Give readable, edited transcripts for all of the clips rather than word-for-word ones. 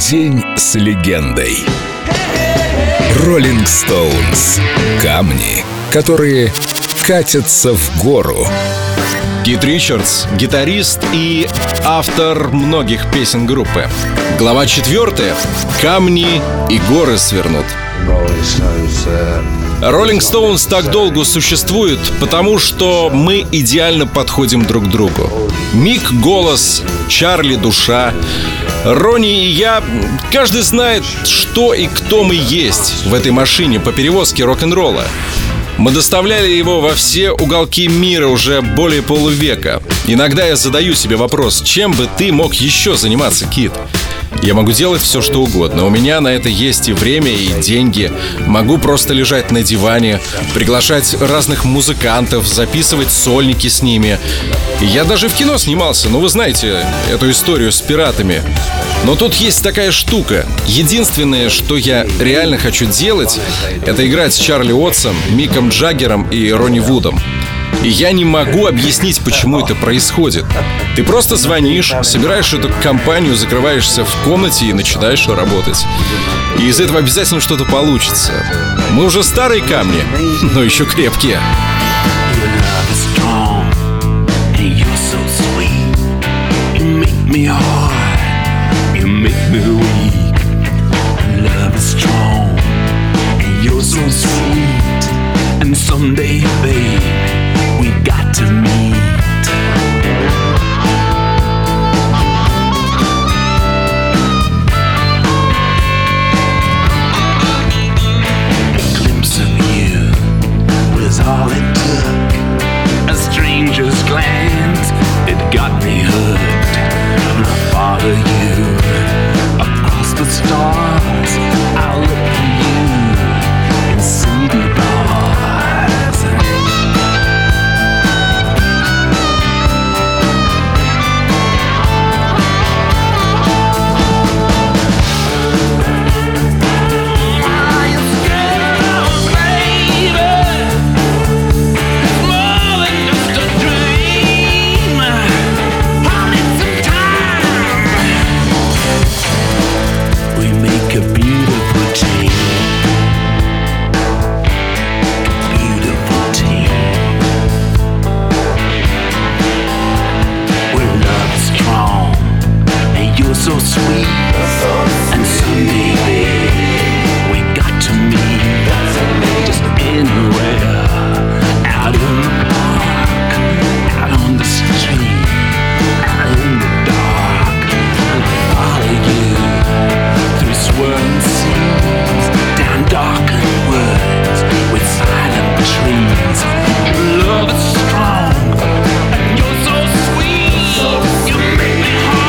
День с легендой. Rolling Stones. Камни, которые катятся в гору. Кит Ричардс — гитарист и автор многих песен группы. Глава 4. Камни и горы свернут. Rolling Stones так долго существует, потому что мы идеально подходим друг к другу. Мик — голос, Чарли — душа, Ронни и я, каждый знает, что и кто мы есть в этой машине по перевозке рок-н-ролла. Мы доставляли его во все уголки мира уже более полувека. Иногда я задаю себе вопрос: чем бы ты мог еще заниматься, Кит? Я могу делать все, что угодно. У меня на это есть и время, и деньги. Могу просто лежать на диване, приглашать разных музыкантов, записывать сольники с ними. Я даже в кино снимался, вы знаете эту историю с пиратами. Но тут есть такая штука. Единственное, что я реально хочу делать, это играть с Чарли Уотсом, Миком Джаггером и Ронни Вудом. И я не могу объяснить, почему это происходит. Ты просто звонишь, собираешь эту компанию, закрываешься в комнате и начинаешь работать. И из этого обязательно что-то получится. Мы уже старые камни, но еще крепкие. We got to meet. A glimpse of you was all it took. A stranger's glance, it got me hooked. I follow you across the stars. I'll look for you in city bars. So sweet, and someday, babe, we got to meet. Just anywhere, out in the park, out on the street, out in the dark. I'll follow you through swirling seas, down darkened woods with silent trees. Your love is strong, and you're so sweet. You make me hard.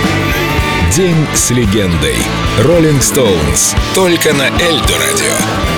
День с легендой. Rolling Stones. Только на Эльдо радио.